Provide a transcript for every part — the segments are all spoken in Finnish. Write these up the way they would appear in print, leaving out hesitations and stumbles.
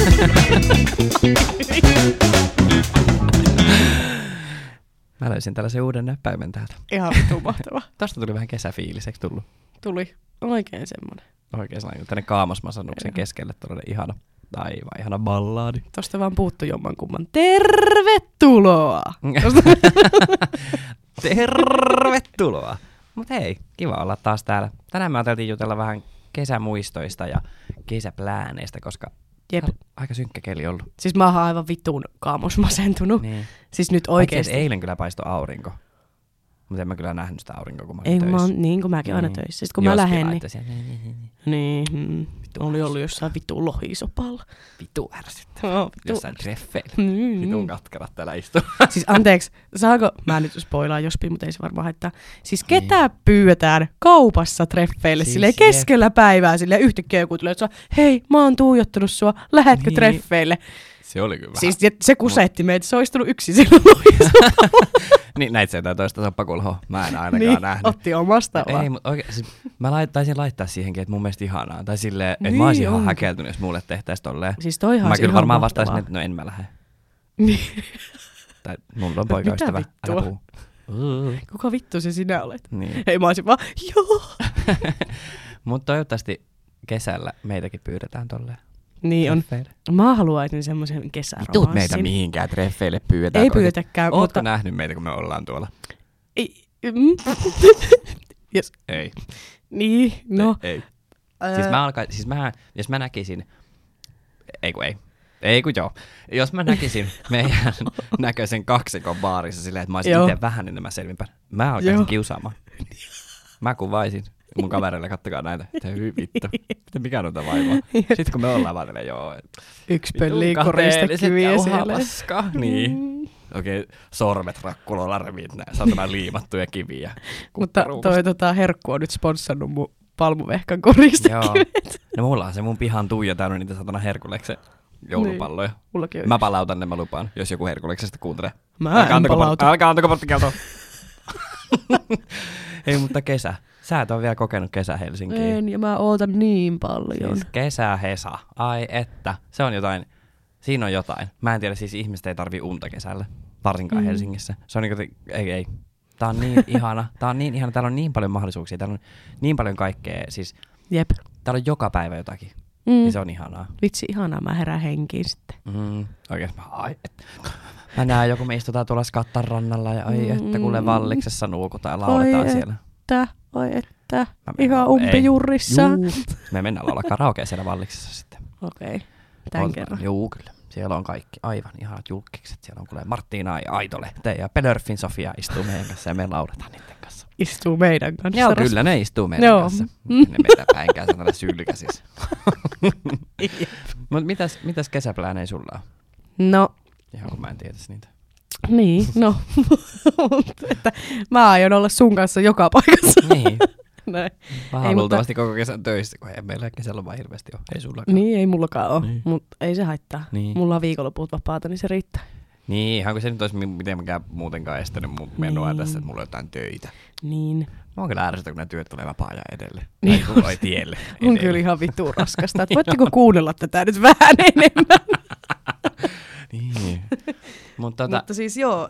Mä löysin tällaisen uuden näppäimen täältä. Ihan vittu mahtava. Tosta tuli vähän kesäfiilis, eikö tullut? Tuli oikein semmonen. Oikein sellainen tänne kaamosmasannuksen keskelle todella ihana ballaadi. Tosta vaan puuttu jommankumman. Tervetuloa! Tervetuloa! Mut hei, kiva olla taas täällä. Tänään me ajateltiin jutella vähän kesämuistoista ja kesäplääneistä, koska Jep. Aika synkkä keli ollut. Siis mä oon aivan vittuun kaamosmasentunut. Niin. Siis nyt oikeesti. Eilen kyllä paistoi aurinko. Mutta en mä kyllä nähnyt sitä aurinkoa, kun mä olin Ei, töissä. Niin kuin mäkin aina töissä. Sitten kun mä lähden, niin... oli ollut jossain vittuun lohisopalla. Vittu ärsyttävää. Jossain treffeillä. Vitun katkerat täällä istuu. Siis anteeksi, saako, mä nyt spoilaan jospi, mutta ei se varmaan haittaa. Siis ketä pyydetään kaupassa treffeille siis silleen keskellä päivää silleen yhtäkkiä joku tulee, että hei, mä oon tuijottanut sua, lähetkö treffeille? Se oli kyllä siis se kusetti meitä, se olisi tullut yksin silloin lohisopalla. Niin näit se jotain toista soppakulhoa. Mä en ainakaan niin, nähnyt. Otti omasta vaan. Ei, mutta oikein, siis mä taisin laittaa siihenkin, että mun mielestä ihanaa. Tai silleen, että mä olisin ihan häkeltynyt, jos mulle tehtäisiin tolleen. Siis toihan mä kyllä kyllä varmaan mahtavaa. vastaisin, että no en mä lähde. Niin. Tai mulla on poikaystävä, älä puhu. Kuka vittu se sinä olet? Niin. Ei mä olisin vaan, joo. Mutta toivottavasti kesällä meitäkin pyydetään tolleen. Niin on. Mä haluaisin semmoisen kesäromanssin. Tuut meitä mihinkään treffeille pyydetään. Ei pyydetäkään. Ootko nähnyt meitä, kun me ollaan tuolla? Ei. Yes. Ei. Niin, no. Ei. Jos mä näkisin... Ei kun joo. Jos mä näkisin meidän näköisen kaksikon baarissa silleen, että mä olisin itse vähän enemmän selvinpäin. Mä alkaisin kiusaamaan. Mä kuvaisin. Mun kavereille, kattokaa näitä. Hyi vittu. Mikä on tätä vaivaa? Sitten kun me ollaan vaan teille, joo. Yksi pölliä koristekiviä siellä. Niin. Okei, sormet rakkulolla revit näin. Satana liimattuja kiviä. Mutta toi herkku on nyt sponssannut mun palmuvehkan koristekivet. No mulla on se mun pihan tuija täynnä niitä satana herkuleksen joulupalloja. Niin, mä palautan ne, mä lupaan, jos joku herkuleksesta kuuntelee. Mä en palauta. Alkaa antako porttikeltoa. Ei, mutta kesä. Sä et ole vielä kokenut kesä Helsinkiin. En, ja mä ootan niin paljon. Siis kesä-hesa. Ai että. Se on jotain. Siinä on jotain. Mä en tiedä, siis ihmiset ei tarvii unta kesällä. Varsinkaan Helsingissä. Se on niin ei. Tää on niin ihana. Täällä on niin paljon mahdollisuuksia. Täällä on niin paljon kaikkea. Siis Jep. Täällä on joka päivä jotakin. Ja se on ihanaa. Vitsi, ihanaa. Mä herään henkiin sitten. Oikeesti. Mä näen joku, me istutaan tuolla Skattan rannalla ja ai että kuule valliksessa nuukutaan ja lauletaan siellä. Oi että. Ihan umpijurrissa. Me mennään laulaa karaokea siellä valliksessa sitten. Okei. Tän kerran. Juu, kyllä. Siellä on kaikki aivan ihanat julkikset. Siellä on kuule Marttiina ja Aito-Lehte ja Pelörfin Sofia istuu meidän kanssa ja me lauletaan niiden kanssa. Istuu meidän kanssa. Joo, kyllä ne istuu meidän kanssa. Ne meitä päinkään sanotaan sylkäsis. Mut mitäs kesäpläänejä sulla on? No. Ihan kun mä en tietäisi niitä. Niin, no. Että mä aion olla sun kanssa joka paikassa. Niin. Näin. Vähän luultavasti koko kesän töissä, kun ei meillä kesällä vaan hirveästi ole. Ei sullakaan. Niin, ei mullakaan ole, mutta ei se haittaa. Niin. Mulla on viikonloput vapaata, niin se riittää. Niin, ihan kun se nyt olisi mitenkään muutenkaan estänyt mun menoa tässä, että mulla on jotain töitä. Niin. Mä oon kyllä ärsytä, kun ne työt tulee vapaa-ajan edelle. Niin. Tai tielle. On kyllä ihan vittu raskasta. Voitteko kuunnella tätä nyt vähän enemmän? Niin. Mutta siis joo,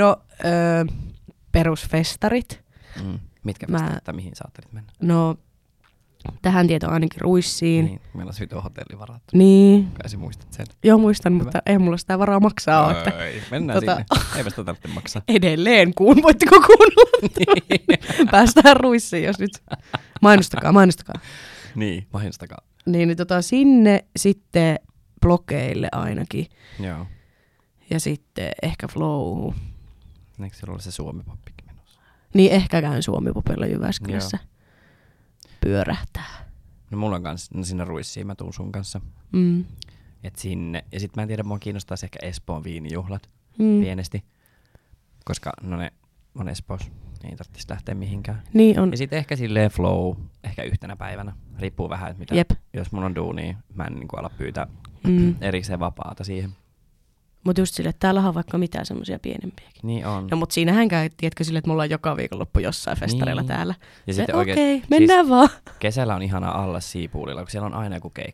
perusfestarit. Mitkä festarit tai mihin sä ajattelit mennä? No, tähän tietoon ainakin Ruissiin. Niin, meillä on vittu hotelli varattu. Niin. Kai sä muistat sen. Joo, muistan, mutta ei mulla sitä varaa maksaa ole. Ei, mennään sinne. Eipä sitä tarvitse maksaa. Edelleen voitteko kuunnella? Niin. Päästään Ruissiin, jos nyt. Mainostakaa. Niin, mainostakaa. Niin, sinne sitten blokeille ainakin. Joo. Ja sitten ehkä Flowhun. Eikö siellä ole se Suomi-poppikin menossa? Niin, ehkä käyn Suomi-popilla Jyväskylässä. Pyörähtää. No mulla on kanssa, sinne Ruissiin mä tuun sun kanssa. Et sinne. Ja sit mä en tiedä, mua kiinnostaisi ehkä Espoon viinijuhlat pienesti. Koska no ne on Espoossa. Ei tarvitsisi lähteä mihinkään. Niin on. Ja sit ehkä silleen flow, ehkä yhtenä päivänä. Riippuu vähän, että mitä. Jep. Jos mun on duunia, mä en niinku ala pyytää erikseen vapaata siihen. Mut just sille, että täällä on vaikka mitään semmosia pienempiäkin. Niin on. No mut siinähän käy, tiedätkö sille, että mulla on joka viikonloppu jossain festareilla niin. täällä. Ja sitten okei, mennään siis vaan. Kesällä on ihanaa alla Siipuulilla, kun siellä on aina joku keikka.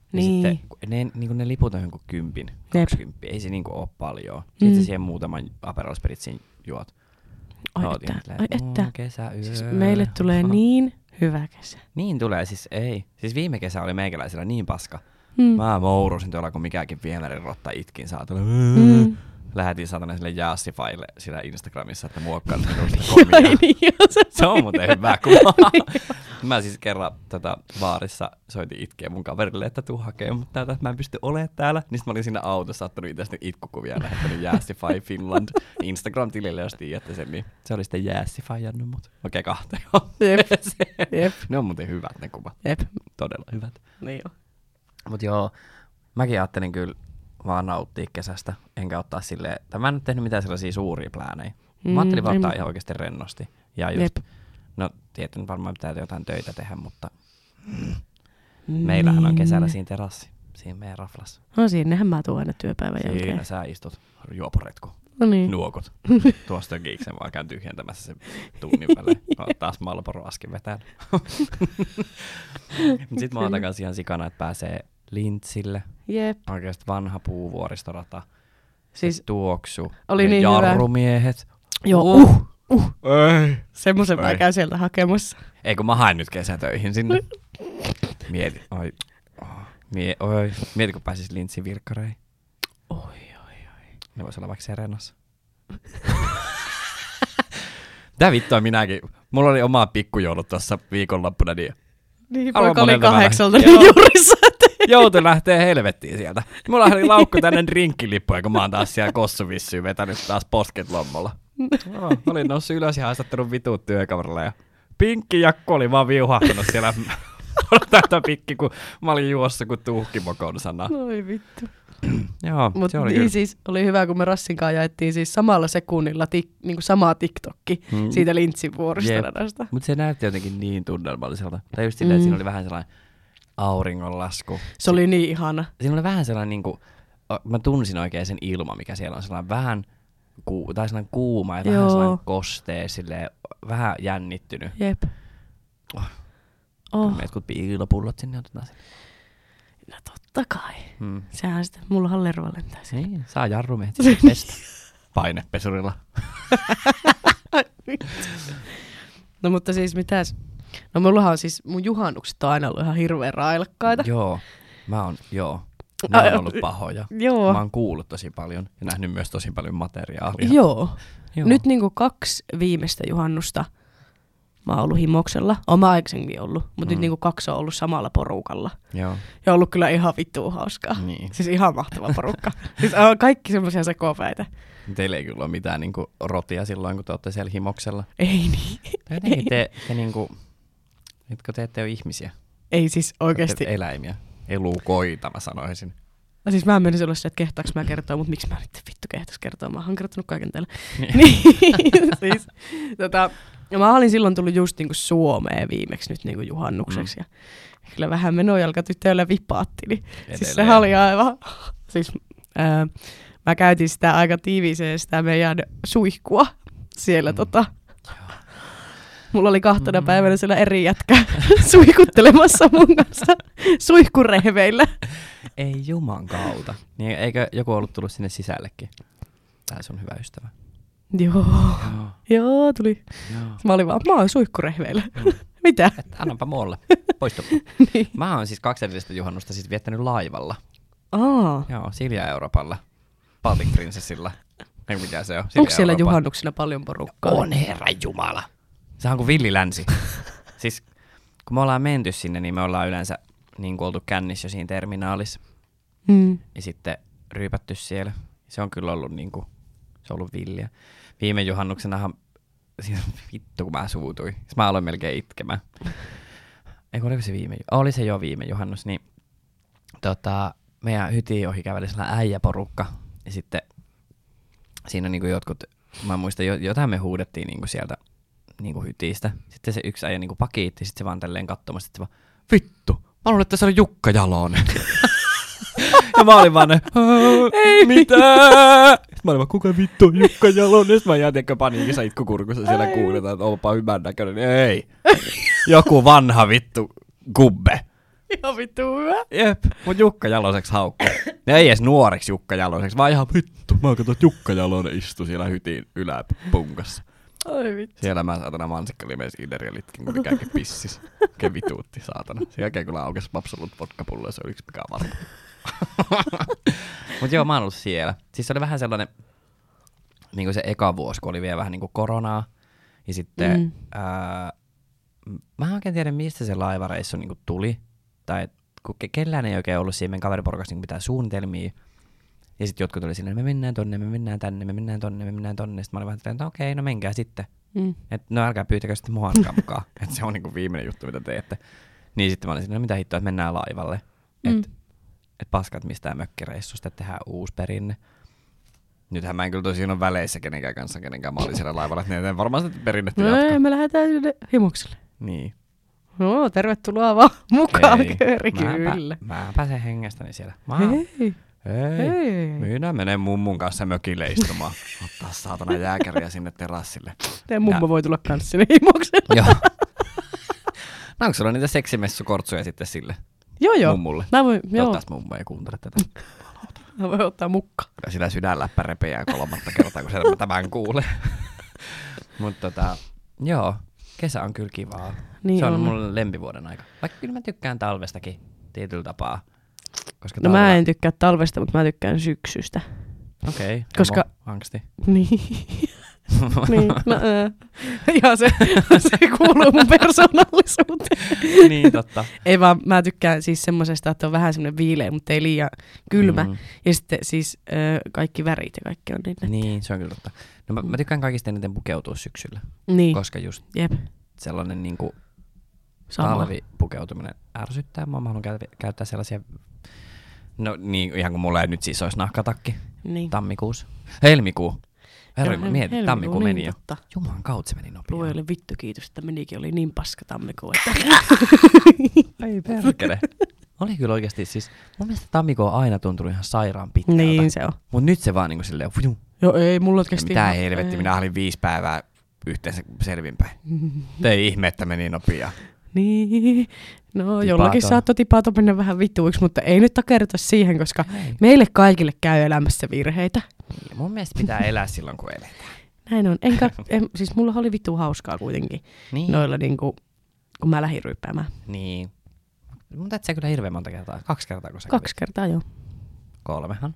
Niin. Ja sitten ne liput on jonkun 10, 20. Ei se niinku ole paljon. Sitten siihen muutaman Aperol Spritzin juot. Ai että. Kesäyö. Siis meille tulee niin hyvä kesä. Niin tulee, siis ei. Siis viime kesä oli meikäläisellä niin paska. Mä mourusin tuolla, kun mikäkin viemärin rotta itkin saatana. Lähetin saatana sille Jaassifaille sillä Instagramissa, että muokkaan minusta komia. Se on muuten hyvä kuva. Mä siis kerran baarissa soitin itkeä mun kaverille, että tuu hakee mut täältä, että mä en pysty olemaan täällä. Niin sit mä olin siinä autossa ottanut itse itkukuvia ja lähettänyt Jaassify Finland Instagram-tilille, jos tiedätte sen. Niin se oli sitten Jaassifyannut mut. Okei, kahteen on. Jep. Ne on muuten hyvät ne kuvat. Jep. Todella hyvät. Niin jo. Mut joo, mäkin ajattelin kyllä vaan nauttia kesästä, enkä ottaa silleen, tai mä en nyt tehnyt mitään sellaisia suuria pläänejä. Mä ajattelin vaan ottaa ihan oikeasti rennosti. Ja just, no tietyn varmaan pitää jotain töitä tehdä, mutta meillähän on kesällä siinä terassi, siinä meidän raflassa. No sinnehän mä tuun aina työpäivän jälkeen. Siinä sä istut juoporetku, nuokut. Tuosta on kiiksen, vaan käyn tyhjentämässä sen tunnin välein. Taas Marlboro askin vetään. Sitten mä oon takas ihan sikana, että pääsee Lintsille. Jep. Oikeasti vanha puuvuoristorata. Siis tuoksu. oli niin jarrumiehet. Joo, Ei. Semmoisen mä käyn sieltä hakemassa. Ei kun mä haen nyt kesätöihin sinne. Mieti, mieti kun pääsis Lintsin virkkareihin. Oi. Ne vois olla vaikka Serenassa. Tää vittua minäkin. Mulla oli oma pikkujoulut tuossa viikonloppuna. Niin, vaikka oli 8 niin juurissa. Joutui lähtee helvettiin sieltä. Mulla oli laukku tänne drinkkilippuja, kun mä oon taas siellä kossuvissyyn vetänyt taas posket-lommolla. Olin noussut ylös ja haistattanut vituut työkaverilla ja pinkki jakku oli vaan viuhahtanut siellä tätä pikki, kun mä olin juossa kuin tuhkimokon sana. Noi vittu. Joo, mut se oli niin siis oli hyvä, kun me Rassinkaan jaettiin siis samalla sekunnilla niinku samaa TikTokki siitä Lintsin vuoristoradasta. Mutta se näytti jotenkin niin tunnelmalliselta. Tai just silleen, että siinä oli vähän sellainen auringonlasku. Se oli niin ihana. Siinä oli vähän sellainen, niinku, mä tunsin oikein sen ilma, mikä siellä on sellainen vähän sellainen kuuma ja vähän sellainen kostee, silleen, vähän jännittynyt. Jep. Meet kun piilopullot sinne otetaan sinne. No totta kai. Sehän sitten, mullahan lerva lentää sinne. Niin, saa jarrumiehet sitten pestä. Painepesurilla. No mutta siis mitäs? No mullahan on siis, mun juhannukset on aina ollut ihan hirveän railakkaita. Joo, ne on ollut pahoja. Joo. Mä oon kuullut tosi paljon ja nähnyt myös tosi paljon materiaalia. Joo. Nyt niinku 2 viimeistä juhannusta mä oon ollut himoksella. Oon mä aikaisemmin ollut, mutta nyt niinku 2 on ollut samalla porukalla. Joo. Ja ollut kyllä ihan vittua hauskaa. Niin. Siis ihan mahtava porukka. Siis on kaikki semmoisia sekopäitä. Teillä ei kyllä ole mitään niinku rotia silloin, kun te olette siellä himoksella. Ei niin. Jotenkin te niinku, etkö te ette ole ihmisiä? Ei siis oikeesti. Te eläimiä. Elukoita, mä sanoisin. Siis mä menisin olla se, että kehtaaks mä kertoa, mutta miksi mä nyt vittu kehtais kertoa? Mä oon kertonut kaiken teille. Niin. Siis, mä olin silloin tullut just niinku Suomeen viimeksi nyt niinku juhannukseksi. Ja kyllä vähän menojalkatytöillä vipaatti. Niin siis se oli aivan. Siis, mä käytin sitä aika tiiviseen sitä meidän suihkua siellä Mulla oli 2 päivänä siellä eri jätkä suihkuttelemassa mun kanssa suihkurehveillä. Ei juman kautta. Niin, eikö joku ollut tullut sinne sisällekin? Tää sun hyvä ystävä. Joo, tuli. Joo. Mä olin vaan, mä oon suihkurehveillä. Mitä? Annanpa mulle. Poistu. Niin. Mä oon siis 2 edellistä juhannusta siis viettänyt laivalla. Joo, Silja Euroopalla. Baltic Princessilla. Ei mikä se on. Onko siellä juhannuksina paljon porukkaa? On, herran jumala. Sehän on kuin villi länsi. Siis kun me ollaan menty sinne, niin me ollaan yleensä niin kuin oltu kännissä jo siinä terminaalissa. Ja sitten ryypätty siellä. Se on kyllä ollut niin kuin, se on ollut villiä. Viime juhannuksenahan, siis vittu kun mä suutuin. Siis mä aloin melkein itkemään. Eikö oliko se oli se jo viime juhannus, niin meidän hytiin ohi käveli sellainen äijäporukka. Ja sitten siinä niin kuin jotkut, mä muistan, jotain me huudettiin niin kuin sieltä niinku hytistä. Sitten se yksi äijä niinku pakiitti, sitten se vaan tälleen katsomassa, sitten se vaan, vittu, mä luulen, että se on Jukka Jalonen. Ja mä olin vaan, ei mitä? Sitten mä olin vaan, kuka vittu on Jukka Jalonen? Sitten mä jätin paniikissa itkukurkussa siellä kuuletaan, että onpa hyvän näköinen. Ei, joku vanha vittu gubbe. Ihan vittu hyvä. Jep, mut Jukka Jaloseksi haukkuu. Ja ei edes nuoreksi Jukka Jaloseksi, vaan ihan vittu. Mä katsoin, että Jukka Jalonen istui siellä hytin yläpunkassa. Ai vittu. Siellä mä saatana mansikkalimeis Ilderia litkin, kun käänkin pissis. Oikein vituutti saatana. Sen jälkeen kun aukesi Absolut vodkapullo ja se oli yksi mikä varma. Mut joo, mä oon ollut siellä. Siis se oli vähän sellainen, niinku se eka vuosi, kun oli vielä vähän niinku koronaa. Ja sitten, mä en oikein tiedä, mistä se laivareissu niinku tuli. Tai kun kellään ei oikein ollut siinä meidän kaveriporukassa niinku mitään suunnitelmia. Ja sitten jotkut oli sinne, me mennään tonne, me mennään tänne, me mennään tonne, me mennään tonne. Sitten mä olin vähän, että okei, no menkää sitten. Et no älkää pyytäkö sitten mua mukaan. Että se on niinku viimeinen juttu, mitä teette. Niin sitten mä olin sinne, no mitä hittoa, että mennään laivalle. Et paskat mistään mökkireissusta, että tehdään uusi perinne. Nythän mä en kyllä tosiaan ole väleissä kenenkään kanssa, kenenkään mä olin siellä laivalla. Että ne varmaan sitä perinnettä jatkaa. No me lähdetään sinne Himukselle. Niin. No, tervetuloa vaan mukaan, kööri, kyllä. Mä pääsen hengestäni siellä. Hei. Minä menen mummun kanssa mökille istumaan. Ottaa saatana jääkäriä sinne terassille. Teidän mummo voi tulla kanssa sinne Himukselle. Joo. No onko sulla niitä seksimessukortsuja sitten sille Joo. mummulle? Mä voin, joo. Toivottavasti mummo ei kuuntele tätä. Mä voin ottaa mukaan. Ja sillä sydänläppä repeää 3. kertaa, kun se tämän kuulee. Mutta joo, kesä on kyllä kivaa. Niin se on mun lempivuoden aika. Vaikka kyllä mä tykkään talvestakin tietyllä tapaa. Koska no mä en tykkää talvesta, mutta mä tykkään syksystä. Okei. Koska angsti. Niin. Niin. No, ihan se kuuluu mun persoonallisuuteen. Niin, totta. Ei vaan, mä tykkään siis semmosesta, että on vähän semmoinen viileä, mutta ei liian kylmä. Ja sitten siis kaikki värit ja kaikki on niin. Niin, se on kyllä totta. No mä tykkään kaikista eniten pukeutua syksyllä. Niin. Koska just sellainen niinku talvipukeutuminen ärsyttää. Mä haluan käyttää sellaisia, no niin, ihan kuin mulla ei nyt siis olisi nahkatakki. Niin. Tammikuussa. Helmikuu. Mieti, tammikuu meni jo. Totta. Jumalan kautta se meni nopeasti. Luojalle vittu kiitos, että menikin. Oli niin paska tammikuu. Että ei perkele. Oli kyllä oikeasti siis, mun mielestä tammikuu on aina tuntunut ihan sairaan pitkältä. Niin se on. Mut nyt se vaan niinku silleen, joo ei, mulla kesti. Mitä helvetti, minä olin 5 päivää yhteensä selvinpäin. Ei ihme, että meni nopea. Niin, no jollakin saattoi tipata mennä vähän vituiksi, mutta ei nyt takerta siihen, koska meille kaikille käy elämässä virheitä. Niin, mun mielestä pitää elää silloin, kun eletään. Näin on. Siis mulla oli vittu hauskaa kuitenkin niin. Noilla niinku, kun mä lähdin ryyppäämään. Niin. Mutta et sä kyllä hirveän monta kertaa. 2 kertaa, kun sä 2 kertaa, joo. 3han.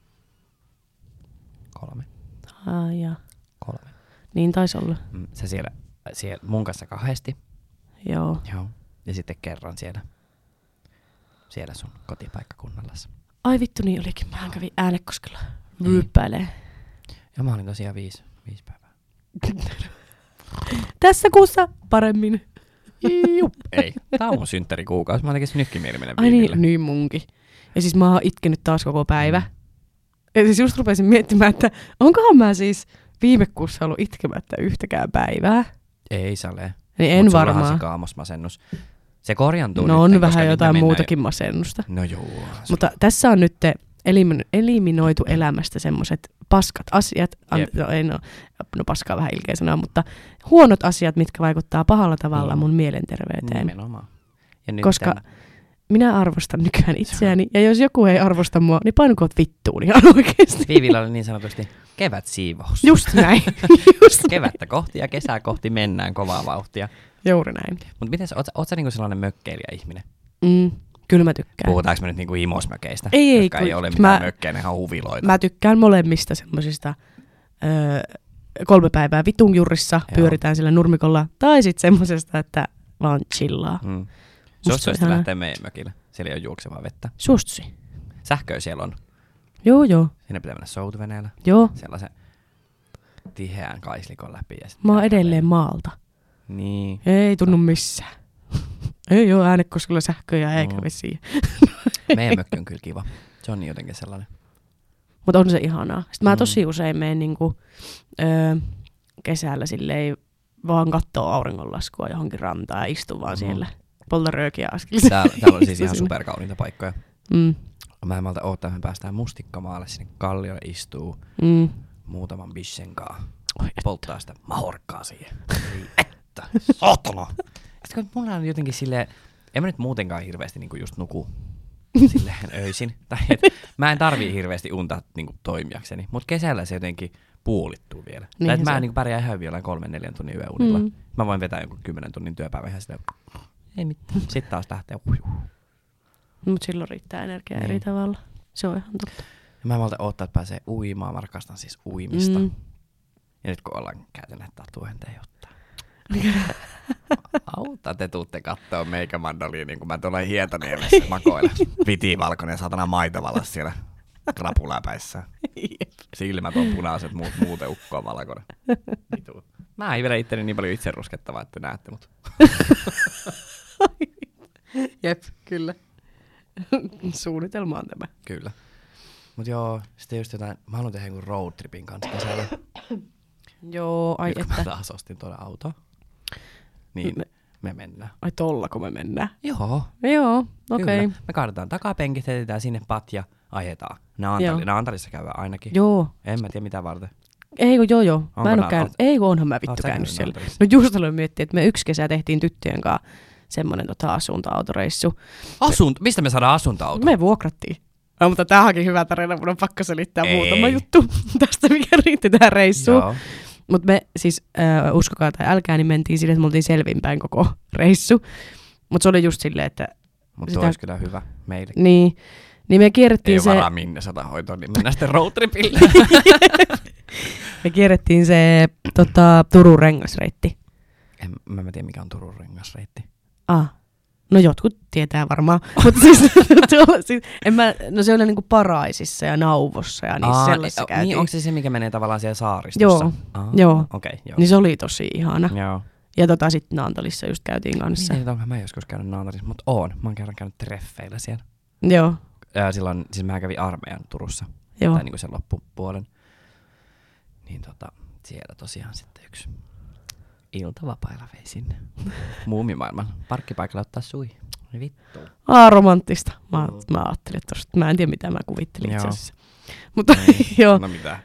3. Ja. 3. Niin taisi olla. Sä siellä mun kanssa 2. Joo. Ja sitten kerran siellä sun kotipaikkakunnallasi. Ai vittu, niin olikin. Mähän kävin Äänekoskella ryyppäilee. Ja mä olin tosiaan 5 päivää. Tässä kuussa paremmin. Ei, tää on mun synttärikuukausi. Mä oon tekin nytkin mieli mennä Ai viinille. niin munkin. Ja siis mä oon itkenyt taas koko päivä. Ja siis just rupesin miettimään, että onkohan mä siis viime kuussa ollut itkemättä yhtäkään päivää. Ei sale. Niin en varmaan. Mut se kaamosmasennus. Se korjantuu no nyt. On vähän jotain muutakin masennusta. No joo. Mutta tässä on nyt eliminoitu elämästä semmoiset paskat asiat. No paskaa vähän ilkeä sanoa, mutta huonot asiat, mitkä vaikuttaa pahalla tavalla mun mielenterveyteen. Nimenomaan. Ja nyt koska minä arvostan nykyään itseäni, ja jos joku ei arvosta mua, niin painukoot vittuun ihan oikeesti. Viivillä oli niin sanotusti kevätsiivous. Just näin. Kevättä kohti ja kesää kohti mennään kovaa vauhtia. Juuri näin. Mutta miten oot sä niinku sellainen mökkeilijä-ihminen? Kyllä mä tykkään. Puhutaanko me nyt niinku himosmökeistä? Ei, jotka ei ole mitään mökkejä, ne on huviloita. Mä tykkään molemmista semmosista 3 päivää vitunjurrissa, pyöritään sillä nurmikolla, tai sit semmosesta, että vaan chillaa. Suostuisi lähteä meidän mökille. Siellä ei ole juoksevaa vettä. Suostuisi. Sähköä siellä on. Joo. Siinä pitää mennä soutuveneellä. Joo. Sellaisen tiheän kaislikon läpi. Ja mä oon edelleen maalta. Niin. Ei tunnu missään. Ei oo Äänekoskella sähköjä eikä vesiä. Meidän mökki on kyllä kiva. Se on niin jotenkin sellainen. Mutta on se ihanaa. Sitten mä tosi usein menen niinku, kesällä silleen vaan kattoo auringonlaskua johonkin rantaan ja istun vaan siellä. Polta röökiä askelissa. Täällä on siis ihan superkauniita paikkoja. Mä en malta odottaa, että me päästään Mustikkamaalle sinne kalliolle istuu muutaman bissen kaa. Polttaa sitä mahorkkaa siihen. Että, saatana! Sitten kun mulla on jotenkin silleen, en mä nyt muutenkaan hirveästi niinku just nuku silleen öisin. Tai mä en tarvii hirveästi unta niinku toimijakseni, mutta kesällä se jotenkin puolittuu vielä. Niin tai että mä niinku pärjään ihan hyvin jollain 3-4 tunnin yöunilla. Mä voin vetää jonkun 10 tunnin työpäivän ihan silleen, ei mitään. Sitten taas lähtee. Mutta silloin riittää energiaa eri tavalla. Se on ihan totta. Ja mä en malta odottaa, että pääsee uimaan. Mä rakastan siis uimista. Ja nyt kun ollaan käyty näitä tatuointeja ottaa. Auta, te tuutte kattoo meikä mandoliinin, kun mä tuolla Hietaniemessä makoilen. Viti valkoinen satana maitovalas siellä krapulapäissä. Silmät on punaiset, muuten ukko on valkoinen. Mä ei vielä itteni niin paljon itse ruskettavaa, että näette mut. Jep, kyllä. Suunnitelma on tämä. Kyllä. Mut joo, sitten just jotain, mä haluan tehdä jonkun roadtripin kanssa kesällä. Joo, ai nyt, että. kun mä taas ostin tuolla auto, niin me mennään. Ai tollako me mennään? Joo. Joo, okei. Okay. Me kaadetaan takapenkit, heitetään sinne patja, ajetaan. Naantalissa käydään ainakin. Joo. En mä tiedä mitä varten. Ei kun joo. Onko mä en oo käynyt. Ei kun onhan mä vittu käynyt siellä. No just aloin miettiä, että me yksi kesä tehtiin tyttöjen kanssa semmonen asuntoautoreissu. Mistä me saadaan asuntoauto? Me vuokrattiin. No, mutta tää onkin hyvä tarina, mun on pakko selittää muutama juttu tästä, mikä riitti tähän reissuun. Mutta me siis, uskokaa tai älkää, niin mentiin sille, että me oltiin selvinpäin koko reissu. Mutta se oli just silleen, että... Mutta sitä... olisi kyllä hyvä meille. Niin me kierrettiin se... Ei varaa minne 100 hoitoon, niin mennään sitten roadtripille. Me kierrettiin se Turun rengasreitti. Mä tiedä, mikä on Turun rengasreitti. No jotkut tietää varmaan, mutta no se oli niinku Paraisissa ja Nauvossa ja niissä sellaisissa käytiin. Niin, onko se mikä menee tavallaan siellä saaristossa? Joo. Okay, joo. Niin se oli tosi ihana. Joo. Ja sitten Naantalissa just käytiin kanssa. Niin, onko mä joskus käynyt Naantalissa, mutta mä oon kerran käynyt treffeillä siellä. Joo. Silloin, siis mä kävin armeijan Turussa, joo. Tai niinku sen loppupuolen. Niin siellä tosiaan sitten yksi iltavapailla vei sinne muumimaailman parkkipaikalle ottaa sui. Vittu. Romanttista. Mä ajattelin tosta. Mä en tiedä mitä mä kuvittelin itse asiassa. Mutta joo. No mitä?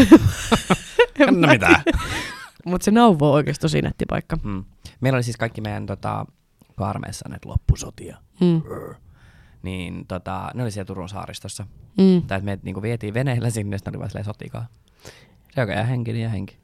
No mitä? Mutta se Nauvo on oikeasti tosi nätti paikka. Meillä oli siis kaikki meidän armeessa näitä loppusotia. Niin ne oli siellä Turun saaristossa. Tai että me niinku vietiin veneellä sinne, sitten ne oli vaan silleen sotikaa. Se joka jää henki, niin jää henki.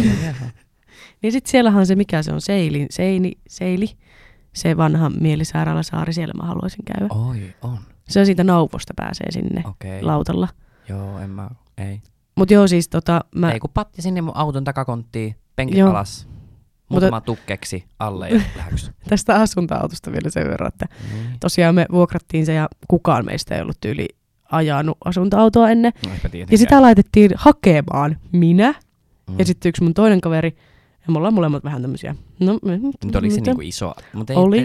Niin sit siellähän on se, mikä se on, Seili, se vanha mielisairaalasaari, siellä mä haluaisin käydä. Oi, on. Se on siitä Nauvosta pääsee sinne lautalla. Joo, ei. Mut joo siis Ei kun patti sinne mun auton takakonttiin, penkit alas, muutama tukkeksi alle ja lähdöksi. Tästä asuntoautosta vielä sen verran, että tosiaan me vuokrattiin se ja kukaan meistä ei ollut tyyli ajanut asuntoautoa ennen. No, ja sitä laitettiin hakemaan minä ja sitten yksi mun toinen kaveri. Ja me ollaan molemmat vähän tämmöisiä. Mutta oliko se niinku iso? Oli.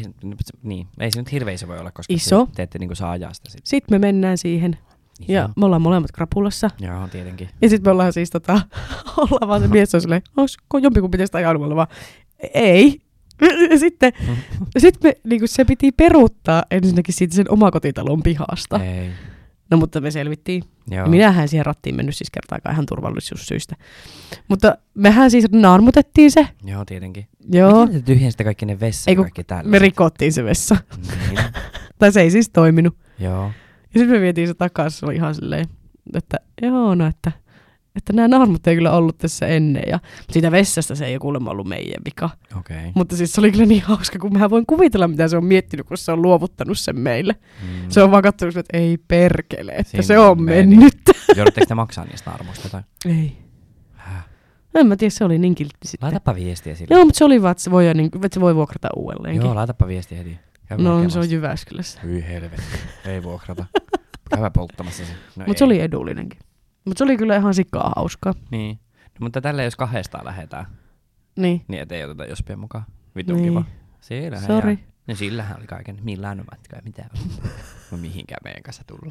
Ei se nyt hirveä iso voi olla, koska iso. te ette niinku saa ajaa sitä. Sitten me mennään siihen. Iso. Ja me ollaan molemmat krapulassa. Joo, tietenkin. Ja sitten me ollaan siis ollaan vaan se mies on silleen, onko jompikumpi tästä ajanut? Vaan ei. Sitten me, niinku, se piti peruuttaa ensinnäkin siitä sen omakotitalon pihasta. Ei. No mutta me selvittiin. Joo. Minähän siihen rattiin mennyt siis kertaakaan ihan turvallisuussyistä. Mutta mehän siis naarmutettiin se. Joo, tietenkin. Joo. Miten te tyhjensitte kaikki ne vessat ja kaikki täällä? Me rikottiin se vessa. Niin. Tai se ei siis toiminut. Joo. Ja sitten me vietiin se takaisin, se oli ihan silleen, että joo, no että nämä naarmut ei kyllä ollut tässä ennen. Ja siitä vessasta se ei ole kuulemma ollut meidän vika. Okay. Mutta siis se oli kyllä niin hauska, kun mä voin kuvitella, mitä se on miettinyt, kun se on luovuttanut sen meille. Se on vaan katsonut, että ei perkele, että siinä se on mennyt. Joudutteko te maksaa niistä naarmuista? Tai? Ei. En mä tiedä, se oli niin kiltti sitten. Laitapa viestiä sille. Joo, mutta se oli vaan, että se voi vuokrata uudelleenkin. Joo, laitapa viestiä heti. No, se on Jyväskylässä. Hyi helvetti, ei vuokrata. Käydä polttamassa se. No mutta se oli edullinenkin. Mutta se oli kyllä ihan sikaa hauskaa. Niin. No, mutta tällä jos kahdestaan lähdetään, niin ettei oteta jospien mukaan. Vitun kiva. Siellähän Sori. No sillähän oli kaiken. Millään omatkaan mitään. No mihinkään meidän kanssa tulla.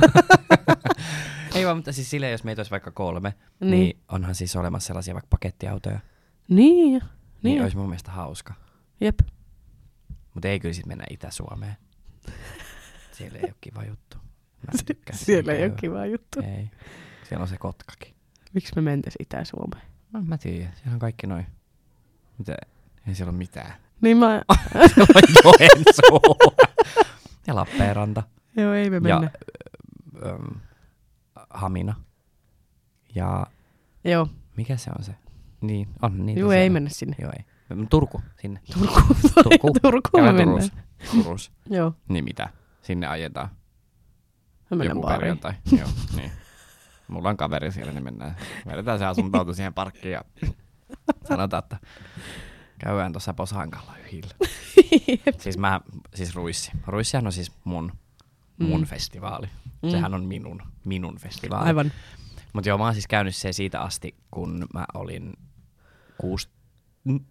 Ei vaan, mutta siis silleen, jos meitä olisi vaikka 3, niin onhan siis olemassa sellaisia vaikka pakettiautoja. Niin. Niin olisi mun mielestä hauska. Jep. Mutta ei kyllä sit mennä Itä-Suomeen. Siellä ei ole kiva juttu. Siellä ei ole kiva juttu. Ei. Siellä on se Kotkakin. Miksi me mentäis Itä-Suomeen? No, mä tiedän. Siellä on kaikki noin. Mitä? Ei siellä ole mitään. Niin mä... Joensuu. Ja Lappeenranta. Joo, ei me mennä. Ja Hamina. Ja Joo. mikä se on se? Niin, on niitä. Joo, ei mennä sinne. Joo, ei. Turku, sinne. Turku me mennään. Turussa. Joo. Niin mitä? Sinne ajetaan. Me mennään joku baariin. perjantai. Joo, niin. Mulla on kaveri siellä, niin mennään. Vedetään se asuntauto siihen parkkiin ja sanotaan, että käydään tuossa Posankalla yhdillä. siis Ruissi. Ruissihan on siis mun festivaali. Sehän on minun festivaali. Aivan. Mutta joo, mä oon siis käynyt se siitä asti, kun mä olin 16-17.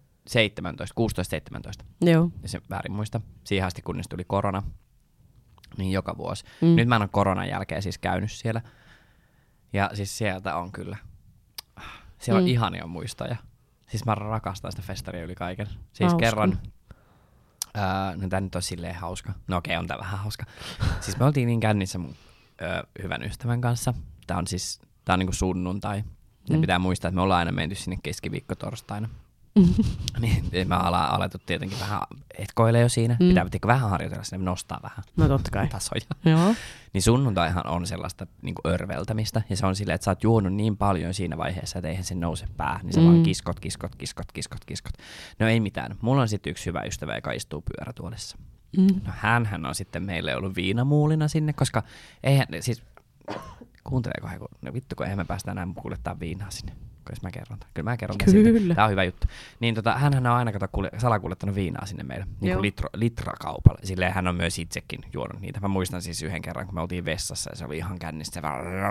Joo. Ja se väärin muista. Siihen asti, kunnes tuli korona. Niin joka vuosi. Nyt mä en ole koronan jälkeen siis käynyt siellä. Ja siis sieltä on kyllä. Siellä on ihania muistoja. Siis mä rakastan sitä festaria yli kaiken. Siis hauska. Kerran. No tää nyt on silleen hauska. No okei, on tää vähän hauska. Siis me oltiin niin kännissä mun hyvän ystävän kanssa. Tää on niinku sunnuntai. Ja pitää muistaa, että me ollaan aina menty sinne keskiviikko torstaina. Niin me alettu tietenkin vähän etkoilee jo siinä. Pitää vähän harjoitella sinne, nostaa vähän No totta kai. tasoja. Joo. Niin sunnuntaihan on sellaista niinku örveltämistä. Ja se on silleen, että sä oot juonut niin paljon siinä vaiheessa, että eihän se nouse päähän. Niin sä vaan kiskot. No ei mitään. Mulla on sitten yksi hyvä ystävä, joka istuu pyörätuolissa. No hänhän on sitten meille ollut viinamuulina sinne, koska eihän, siis kuunteleeko he, no vittu kun eihän me päästä enää kuljettaa viinaa sinne. Jos mä kerron. Kyllä mä kerron. Kyllä. Tää on hyvä juttu. Niin hänhän on aina salakuljettanut viinaa sinne meille. Niin kuin litrakaupalla. Silleen hän on myös itsekin juonut niitä. Mä muistan siis yhden kerran, kun me oltiin vessassa ja se oli ihan kännissä.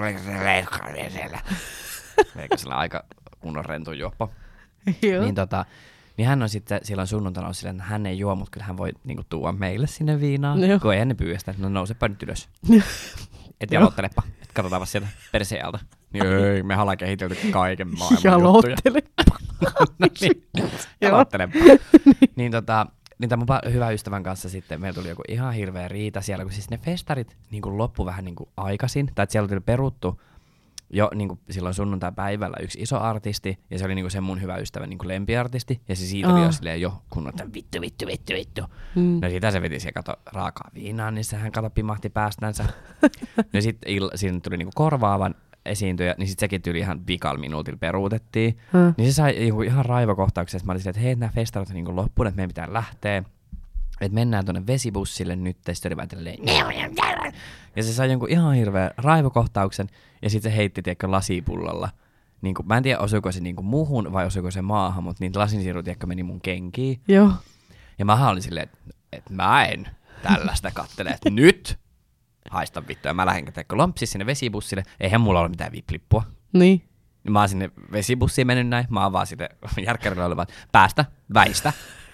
Eikö sillä aika kunnon rento juoppo. Joo. Niin hän on sitten silloin sunnuntaina silleen, että hän ei juo, mutta kyllä hän voi niinku tuoda meille sinne viinaa. Joo. Kun ei ennen pyystä, että no nousepa nyt ylös. Et jalottelepa. Et katsotaan sieltä persealta. Niin ei, me ollaan kehitelty kaiken maailman Jalottelepa. Jalottelepa. Niin tämän mun hyvän ystävän kanssa sitten meillä tuli joku ihan hirveä riita siellä, kun siis ne festarit niin loppu vähän niin kuin aikaisin. Tai että siellä oli peruttu jo niin kuin silloin sunnuntai-päivällä yksi iso artisti, ja se oli niin kuin se mun hyvä ystävä niin kuin lempiartisti, ja se siitä oli jo silleen jo kunnon, että vittu. No sitä se veti siellä raakaa viinaa, niin sehän pimahti päästänsä. No sitten siinä tuli niin kuin korvaavan esiintyjä, niin sitten sekin tuli ihan vikal minuutilla peruutettiin. Niin se sai ihan raivokohtauksessa, mä olin silleen, että hei, nämä festarit on niin kuin loppuun, että meidän pitää lähteä. Että mennään tuonne vesibussille nyt, ja sitten oli vaan tälleen, ja se sai jonkun ihan hirveän raivokohtauksen, ja sitten se heitti, tiedätkö, lasipullalla. Niin kuin, mä en tiedä, osuiko se niin muuhun vai osuiko se maahan, mutta niitä lasinsiirut, tiedätkö, meni mun kenkiin. Joo. Ja mä olin silleen, että mä en tällaista kattele, että nyt haista vittua. Ja mä lähdin, tiedätkö, lompsis sinne vesibussille, eihän mulla ole mitään VIP-lippua. Niin. Mä oon sinne vesibussiin mennyt näin, mä oon vaan sitten järkkärillä olevan, päästä, väistä.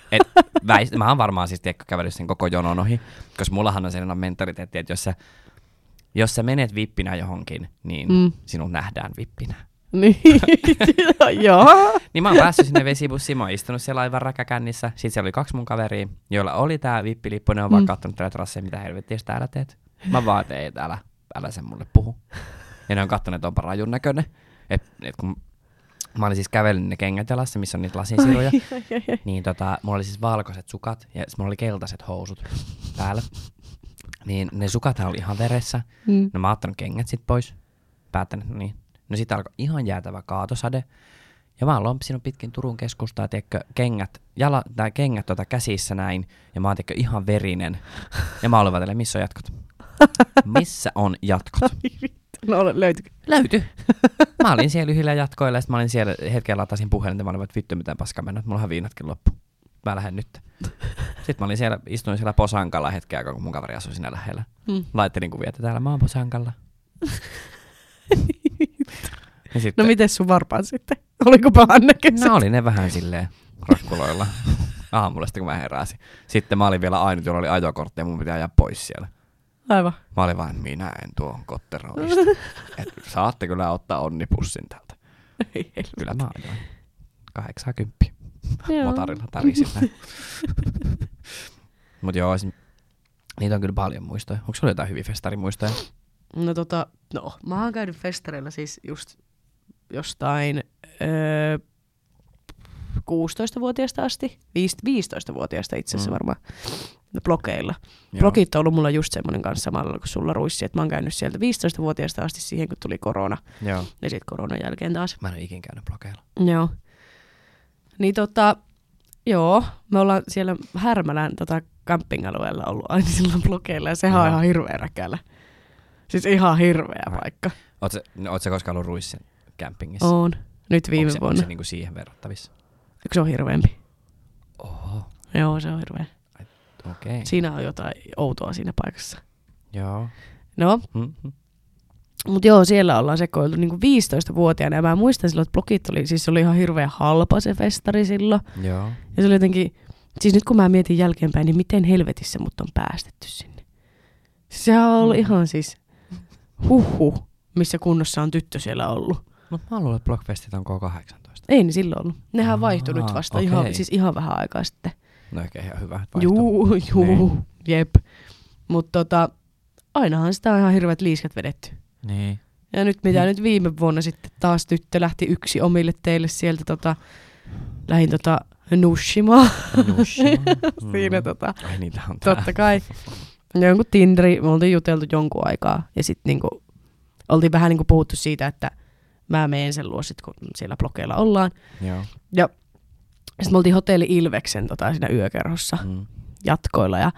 Mä oon varmaan siis kävellyt sen koko jonon ohi, koska mullahan on sellainen mentaliteetti, että jos sä menet vippinä johonkin, niin sinut nähdään vippinä. Niin, joo. Niin mä oon päässyt sinne vesibussiin, mä oon istunut siellä aivan räkäkännissä. Sitten siellä oli 2 mun kaveria, joilla oli tää vippilippu, ne on vaan kattonut tällä trasseja, mitä helvettiä sä täällä teet. Mä vaan tein, että älä sen mulle puhu. Ja ne on kattonut, että onpa rajun näköinen. Et kun mä olin siis kävellyt ne kengät jalassa, missä on niitä lasinsiruja. Niin mulla oli siis valkoiset sukat ja mulla oli keltaiset housut päällä. Niin ne sukathan oli ihan veressä. No mä oon ottanut kengät sit pois. Päättänyt, no niin. No sit alkoi ihan jäätävä kaatosade. Ja mä oon lompsinut pitkin Turun keskustaa, tiedätkö, kengät käsissä näin. Ja mä oon tiedätkö, ihan verinen. Ja mä oon vaan missä on jatkot? Missä on jatkot? No löytykö? Löytyi. Mä olin siellä yhdellä jatkoilla, ja sit mä olin siellä hetken latasin puhelinta, mä olin, että vittu mitään paskaa mennä, että mullahan viinatkin loppu. Mä lähden nyt. Sitten mä olin istuin siellä Posankalla hetken aikaa, kun mun kaveri asui siinä lähellä. Laittelin kuvia, että täällä mä oon Posankalla. No mites sun varpaat sitten? Oliko pahan näköiset? No oli ne vähän silleen rakkuloilla aamulla sitten, kun mä heräsin. Sitten mä olin vielä ainut, jolla oli ajokortti ja mun pitää ajaa pois siellä. Aivan. Mä olin vaan, minä en tuo kotteroista. Saatte kyllä ottaa onnipussin täältä. Kyllä mä ajoin. 80. Motorilla tärisin näin. Mut joo, niitä on kyllä paljon muistoja. Onko sulla jotain hyviä festarimuistoja? No mä oon käynyt festareilla siis just jostain 16-vuotiaasta asti, 15-vuotiaasta itse asiassa varmaan, blogeilla. Joo. Blogit on ollut mulla just semmoinen kanssa samalla kuin sulla Ruissi, että mä oon käynyt sieltä 15-vuotiaasta asti siihen, kun tuli korona. Joo. Ja sitten koronan jälkeen taas. Mä en ole ikin käynyt blogeilla. Joo. Niin joo, me ollaan siellä Härmälän camping-alueella ollut aina silloin blogeilla ja sehän on ihan hirveä räkälä. Siis ihan hirveä paikka. Oot sä koskaan ollut Ruissin campingissa? On. Nyt viime vuonna. Onko se niinku siihen verrattavissa? Eikö se ole hirveämpi? Oho. Joo, se on hirveä. Okei. Siinä on jotain outoa siinä paikassa. Joo. No, mutta joo, siellä ollaan sekoiltu niin 15-vuotiaana. Ja mä muistan silloin, että blogit oli ihan hirveän halpa se festari silloin. Joo. Ja se oli jotenkin, siis nyt kun mä mietin jälkeenpäin, niin miten helvetissä mut on päästetty sinne. Sehän on ollut ihan siis missä kunnossa on tyttö siellä ollut. Mutta mä luulen, että Blockfestit on K18. Ei ne silloin ollut. Nehän vaihtui nyt vasta ihan vähän aikaa sitten. No ehkä ihan hyvä. Juu, niin. jep. Mutta ainahan sitä on ihan hirveät liiskat vedetty. Niin. Ja nyt nyt viime vuonna sitten taas tyttö lähti yksi omille teille sieltä lähin Nushimaan. Siinä Ai niitä on tää. totta kai. Jonkun Tinderi, me oltiin juteltu jonkun aikaa ja sitten niinku oltiin vähän niinku puhuttu siitä, että mä menen sen luo sit, kun siellä blogeilla ollaan. Joo. Ja sitten me oltiin hotelli Ilveksen siinä yökerhossa jatkoilla. Ja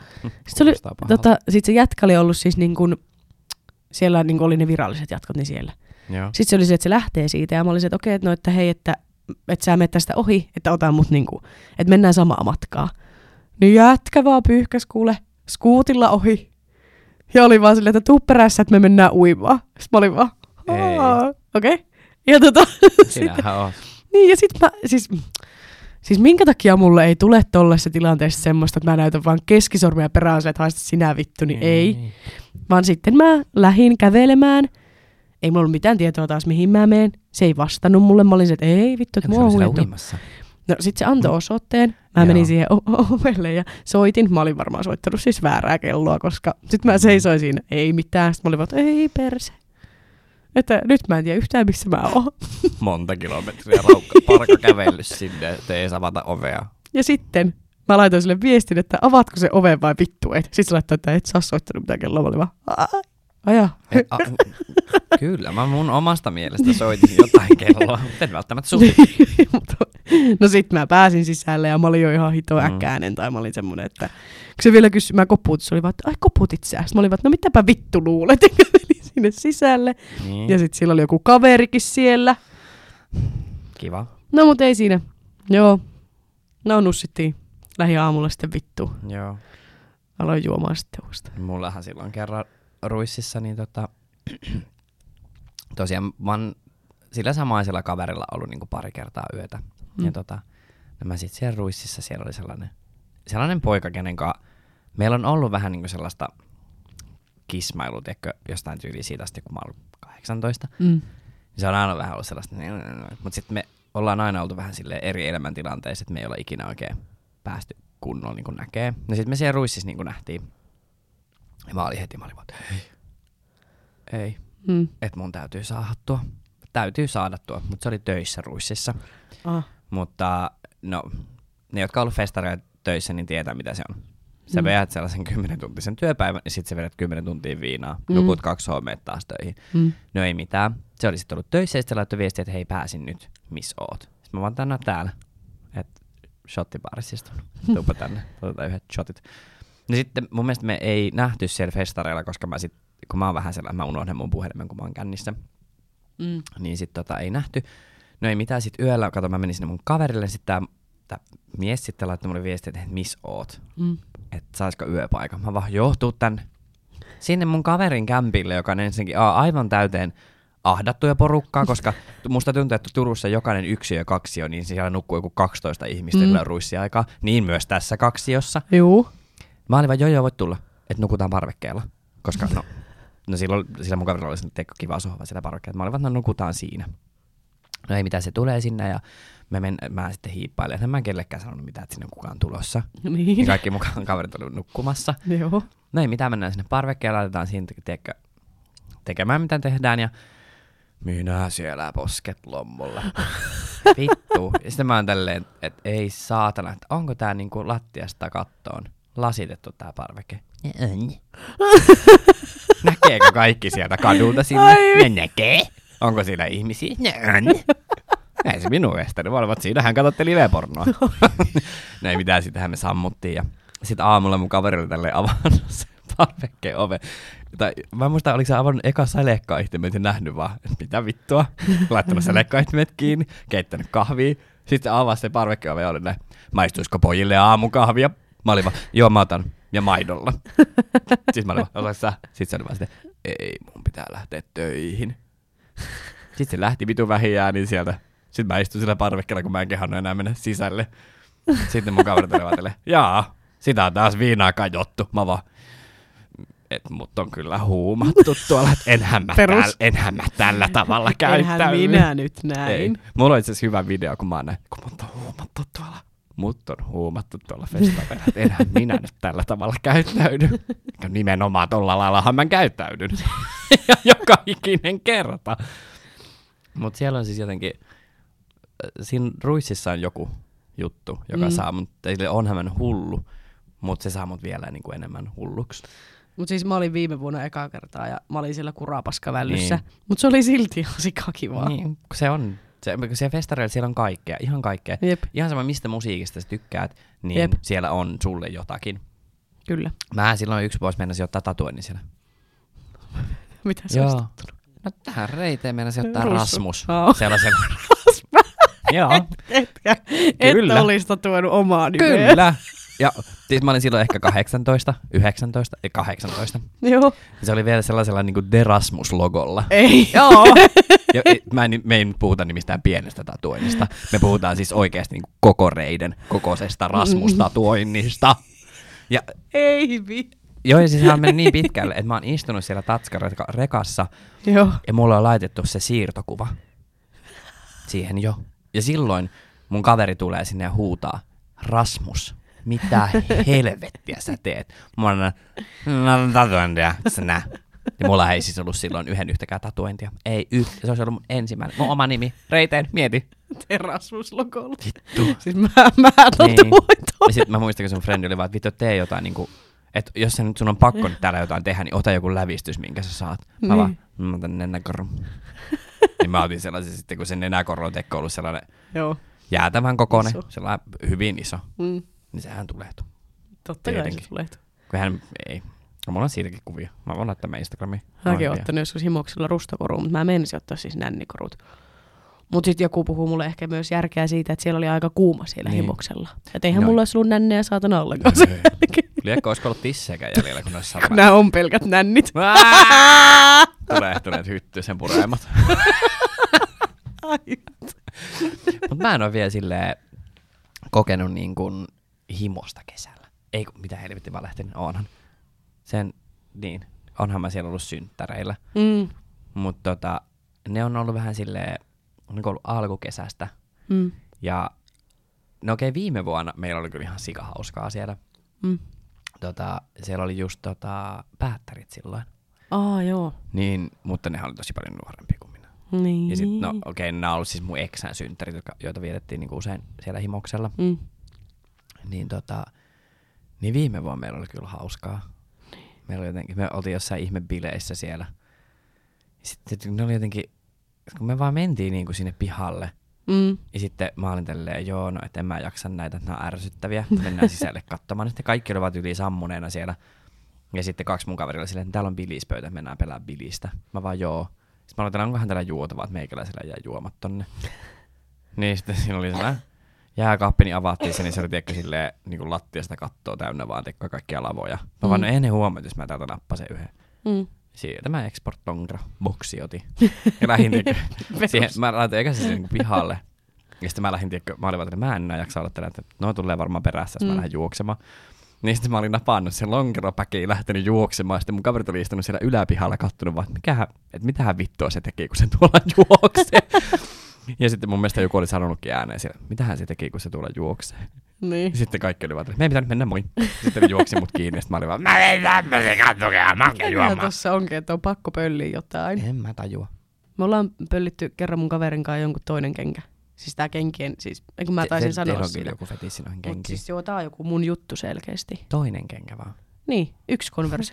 sit se jätkä oli ollut siis niinku, siellä niinku oli ne viralliset jatkot, niin siellä. Joo. Sitten se oli se, että se lähtee siitä ja mä olin se, että okei, että hei, että sä menet tästä ohi, että ota mut niinku, että mennään samaa matkaa. Niin jätkä vaan pyyhkäs kuule skuutilla ohi. Ja oli vaan silleen, että tuu perässä, että me mennään uimaan. Sitten mä olin vaan, okei. Okay. Ja sinähän on. Niin ja sit mä, siis minkä takia mulle ei tule tollaisessa tilanteessa semmoista, että mä näytän vaan keskisormia perään sille, että haista sinä vittu, niin ei. Vaan sitten mä lähdin kävelemään. Ei mulla ollut mitään tietoa taas, mihin mä menen. Se ei vastannut mulle. Mä olin se, että ei vittu, että mua on huijattu. No sit se antoi osoitteen. Mä menin siihen ovelle ja soitin. Mä olin varmaan soittanut siis väärää kelloa, koska sit mä seisoin siinä. Ei mitään. Sitten mä olin vaan, että ei perse. Että nyt mä en tiedä yhtään, missä mä oon. Monta kilometriä parka kävellyt sinne, ettei edes avata ovea. Ja sitten mä laitoin sille viestin, että avaatko se oven vai vittu et. Sitten se laittoi, että et sä soittanut mitään kelloa. Mä olin vaan, aja. Kyllä, mä mun omasta mielestä soitin jotain kelloa, mutta en välttämättä suhti. No sit mä pääsin sisälle ja mä olin jo ihan hito äkäinen. Tai mä olin semmonen, että kun se vielä kysyi, mä koputin, se oli vaan, että ai koputit sä. Sitten mä olin vaan, että no mitäpä vittu luulet. Ja kävelin sinne sisälle. Niin. Ja sit sillä oli joku kaverikin siellä. Kiva. No mut ei siinä. Joo. No nussittiin. Lähiaamulla sitten vittu. Joo. Aloin juomaan sitten uudesta. Mullahan silloin kerran Ruississa, niin tosiaan mä oon sillä samaisella kaverilla ollut niin kuin pari kertaa yötä. Ja mä sit siellä Ruississa, siellä oli sellainen poika, kenen kanssa meillä on ollut vähän niin kuin sellaista kismailua, tiedätkö, jostain tyyliä siitä asti, kun mä oon ollut 18. Se on aina vähän ollut sellaista, mutta sitten me ollaan aina oltu vähän silleen eri elämäntilanteissa, että me ei olla ikinä oikein päästy kunnolla niin kuin näkee. Ja sitten me siellä Ruississa niin kuin nähtiin. Ja mä olin vaan, että ei, että mun täytyy saada tuo. Mutta se oli töissä Ruississa. Mutta no, ne, jotka on ollut festareilla töissä, niin tietää, mitä se on. Sä vedät sellaisen 10-tuntisen työpäivän, ja sit sä vedät 10 tuntia viinaa. Nukut 2 meet taas töihin. No ei mitään. Se oli sitten ollut töissä, ja sitten se laittoi viestiä, että hei, pääsin nyt. Miss oot? Sitten mä vaan tänään täällä. Että shottibaarissa istunut. Tuupa tänne. Otetaan yhdet shotit. No sitten mun mielestä me ei nähty siellä festareilla, koska kun mä oon vähän sellainen, mä unohdan mun puhelimen, kun mä oon kännissä. Niin sit ei nähty. No ei mitään, sit yöllä, kato mä menin sinne mun kaverille, sit tää mies sitten laittoi mulle viestiä, että miss oot? Että saisko yöpaikan? Mä vaan, tuu tänne. Sinne mun kaverin kämpille, joka on ensinnäkin aivan täyteen ahdattuja porukkaa, koska musta tuntuu, että Turussa jokainen yksiö ja kaksio, niin siellä nukkuu joku 12 ihmistä ruissiaikaa. Niin myös tässä kaksiossa. Juu. Mä olin vaan, voit tulla, että nukutaan parvekkeella. Koska no silloin mun kaverilla oli kiva sohva siellä parvekkeella. Mä olin vaan, no nukutaan siinä. No ei mitään, se tulee sinne ja mä sitten hiippailen. En mä kellekään sanonut mitään, että sinne on kukaan tulossa. Niin. Ja kaikki mun kaverit oli nukkumassa. Joo. No ei mitään, mennään sinne parvekkeella, laitetaan siinä tekemään mitä tehdään. Ja minä siellä posket lommolla. Vittu. Ja sitten mä oon tälleen, että ei saatana, että onko tää niinku lattiasta kattoon lasitettu tää parveke? Näkeekö kaikki sieltä kadulta sinne? Ne näkee. Onko siellä ihmisiä? Ei se minun estänyt, vaan siinähän katsotte live-pornoa. No ei mitään, sitähän me sammuttiin. Ja sitten aamulla mun kaveri oli tälleen avannut sen parvekkeen oven. Mä muistan, oliko se avannut eka sälekkaihtimet ja nähnyt vaan, että mitä vittua. Laittanut sälekkaihtimet kiinni, keittänyt kahvia. Sitten avasi se parvekkeen oven ja oli näin, maistuisiko pojille aamukahvia? Mä olin vaan, joo mä otan. Ja maidolla. Sitten mä olin vaan, sitten se oli vaan sitten, ei mun pitää lähteä töihin. Sitten se lähti vitun vähiään, niin sieltä. Sitten mä istuin sillä parvekkeella, kun mä en kehannut enää mennä sisälle. Sitten mun kaverit olivat, jaa, sitä on taas viinaa kajottu. Mä vaan, että mut on kyllä huumattu tuolla, että enhän mä tällä tavalla käyttäydy. Enhän minä nyt näin. Ei. Mulla on itse asiassa hyvä video, kun mä oon näin, kun mut on huumattu tuolla. Mut on huumattu tuolla festareilla, että enhän minä nyt tällä tavalla käyttäydy. Nimenomaan tolla laillahan mä käyttäydyn. Joka ikinen kerta. Mut siellä on siis jotenkin, siinä Ruississa on joku juttu, joka saa mut, onhan mä hullu, mutta se saa mut vielä niin kuin enemmän hulluksi. Mut siis mä olin viime vuonna ekaa kertaa ja mä olin siellä kurapaskavällyssä, niin. Mut se oli silti ihan sikakivaa. Niin, se on. Se festareilla siellä on kaikkea, ihan kaikkea. Jep. Ihan sama mistä musiikista sä tykkäät, niin Jep. siellä on sulle jotakin. Kyllä. Mä silloin yksi vuosi mennäsin ottaa tatuoinnin siellä. Mitä sä olisit ottanut? No tähän reiteen mennäsin ottaa Russu. Rasmus. Oh. Sellaisen. Joo. Etkä olisi tatuoinut omaa nimeä. Kyllä. Ja siis mä olin silloin ehkä 18, 19 ja 18. Joo. Se oli vielä sellaisella niinku Derasmus-logolla. Ei. Joo. Ja me ei nyt puhuta mistään pienestä tatuoinnista. Me puhutaan siis oikeasti niinku koko reiden kokoisesta Rasmus-tatuoinnista. Ja ei joo, ja siis hän meni niin pitkälle, että mä oon istunut siellä Tatska-rekassa. Joo. Ja mulle on laitettu se siirtokuva. Siihen jo. Ja silloin mun kaveri tulee sinne ja huutaa, Rasmus, mitä helvettiä sä teet? Mä oon tatuointia, sinä. Ja mulla ei siis ollut silloin yhtäkään tatuointia. Ei se olisi ollut mun ensimmäinen. Mun oma nimi, Reiteen, mieti. Erasmus-logolla. Vittu. Siis mä tatuoin Ja sit mä muistan, kun sun frendi oli vaan, että vittu tee jotain niinku, että jos sä nyt sun on pakko nyt täällä jotain tehdä, niin ota joku lävistys, minkä sä saat. Mä vaan, mä otan nenäkorro. Niin mä otin sellaisen sitten, kun se nenäkorron tekko on ollut sellainen jäätävän kokoinen, sellainen hyvin iso. Niin sehän tulehtui. Totta kai se tulehtui. Kun hän ei. No mulla on siitäkin kuvia. Mä voin laittaa meidän Instagramiin. Mäkin oon ottanut joskus himoksilla rustakorua, mutta mä menisin ottaa siis nännikorut. Mut sit joku puhuu mulle ehkä myös järkeä siitä, että siellä oli aika kuuma siellä himoksella. Et eihän mulla olisi ollut nännejä saatana ollenkaan sen jälkeen. Liekko olisiko ollut tissejäkään jäljellä, kun noissa sarvaa. Nää on pelkät nännit. Tulehtuneet hyttysen pureemat. Mut mä en oo vielä silleen kokenut niin kuin himosta kesällä. Ei kun mitä helvetti vaan lähtenyt, onhan. Onhan mä siellä ollut synttäreillä. Mut ne on ollut vähän silleen, on ollut alkukesästä. Ja no okei, viime vuonna meillä oli kyllä ihan sikahauskaa siellä. Siellä oli just päättärit silloin. Joo. Niin, mutta nehän oli tosi paljon nuorempia kuin minä. Niin. Ja sit, no okei, nämä on ollut siis mun eksän synttärit, joita vietettiin niinku usein siellä himoksella. Niin viime vuonna meillä oli kyllä hauskaa. Me oltiin jossain ihme bileissä siellä. Sitten ne oli jotenkin, kun me vaan mentiin niinku sinne pihalle. Ja sitten mä olin tälleen, no et en mä jaksa näitä, että nämä on ärsyttäviä. Mennään sisälle katsomaan. Sitten kaikki olivat yli sammuneena siellä. Ja sitten 2 mun kaverilla silleen, että täällä on bilispöytä, mennään pelaa bilistä. Mä vaan joo. Sitten mä aloitan, onkohan täällä juotavaa, että meikäläisellä jää juomat tonne. Niin sitten siinä oli sellainen jääkaappi, niin avattiin se, niin se oli tiedätkö silleen niin kuin lattiasta kattoo täynnä vaan teikkoa kaikkia lavoja. Mä vaan, no ei ne huomioon, jos mä täältä nappasen yhden. Siitä mä Export Tongra boksi otin. Ja lähdin siihen, mä laitoin eikä se niin pihalle. Ja sitten mä lähdin, mä olin vaan, että mä en enää jaksa olla tällä, että no tulee varmaan perässä, jos mä lähden juoksemaan. Niin sitten mä olin napannut sen lonkeropäkiin, lähtenyt juoksemaan. Sitten mun kaverit oli istunut siellä yläpihalla kattonut vaan, että mitähän vittua se teki, kun se tuolla juoksee. Ja sitten mun mielestä joku oli sanonutkin ääneen siellä, mitähän se teki, kun se tuolla juoksee. Niin. Ja sitten kaikki oli vaan, että me ei pitää nyt mennä, moi. Sitten ne juoksi mut kiinni, ja sitten mä olin vaan, mä en tämmöisen katsokaa, mä oonkin juomaan. Tossa onkin, että on pakko pölliä jotain. En mä tajua. Me ollaan pöllitty kerran mun kaverin kanssa jonkun toinen kenkä. Siis tää kenkien, siis, kun mä taisin sanoa on siinä. joku fetissi noihin kenkiin. Mut siis joo, tää on joku mun juttu selkeästi. Toinen kenkä vaan. Niin, yksi Converse.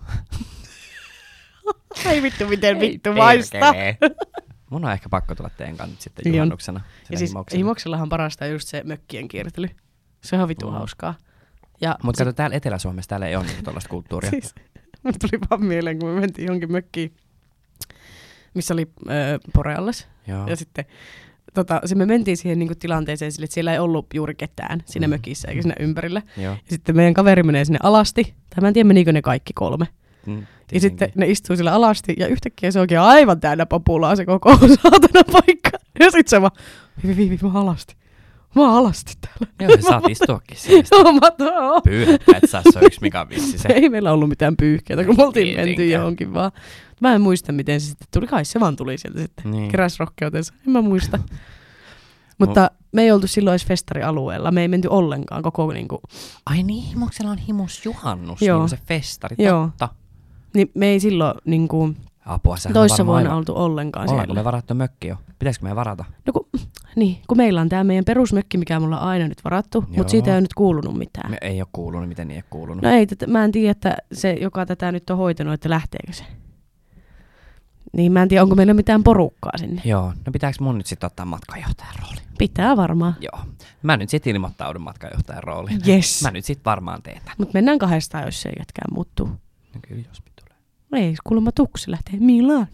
Ei vittu, miten vittu maistaa. Mun on ehkä pakko tulla teidän kanssa sitten juhannuksena. Ja siis Himoksellahan parasta just se mökkien kiertely. Se on vittu hauskaa. Mutta kato, täällä Etelä-Suomessa täällä ei ole niinku tollaista kulttuuria. Siis, mun tuli vaan mieleen, kun me mentiin johonkin mökkiin, missä oli Borealas. Joo. Ja sitten me mentiin siihen niinku tilanteeseen sille, että siellä ei ollut juuri ketään siinä mökissä eikä siinä ympärillä. Joo. Ja sitten meidän kaveri menee sinne alasti. Tai mä en tiedä, menikö ne kaikki 3. Ja sitten ne istuu sillä alasti ja yhtäkkiä se onkin aivan täynnä populaa se koko saatana paikka. Ja sit se vaan, viivi, mä oon alasti täällä. Joo, saat istuakin siellä. Joo, mä tuon. Pyyhettä, et saa, se on yksi mikä vissi se. Ei meillä ollut mitään pyyhkeitä, kun me oltiin menty johonkin vaan. Mä en muista, miten se sitten tuli. Kai se vaan tuli sieltä sitten. Niin. Keräs rohkeutensa. En mä muista. Mutta me ei oltu silloin edes festarialueella. Me ei menty ollenkaan koko niinku... Ai niin, Himoksella on himusjuhannus, Joo. niin se festari, Joo. totta. Niin me ei silloin niinku... Apua, toissa vuonna oltu ollenkaan Ollaanko siellä. me varattu mökki jo? Pitäisikö me varata? No kun meillä on tää meidän perusmökki, mikä mulla on aina nyt varattu, mutta siitä ei ole nyt kuulunut mitään. Me ei ole kuulunut, miten ei ole kuulunut. No ei, mä en tiedä, että se, joka tätä nyt on hoitanut, että lähteekö se. Niin mä en tiedä, onko meillä mitään porukkaa sinne. Joo, no pitääkö mun nyt sitten ottaa matkanjohtajan rooli? Pitää varmaan. Joo, mä nyt sitten ilmoittaudun matkanjohtajan rooliin. Yes. Mä nyt sitten varmaan teen tämän. Mut mennään 200, jos se ei jätkään muuttuu. No kyllä, jos tulee. Ei, kuulemma Tuksi lähtee Milanoon.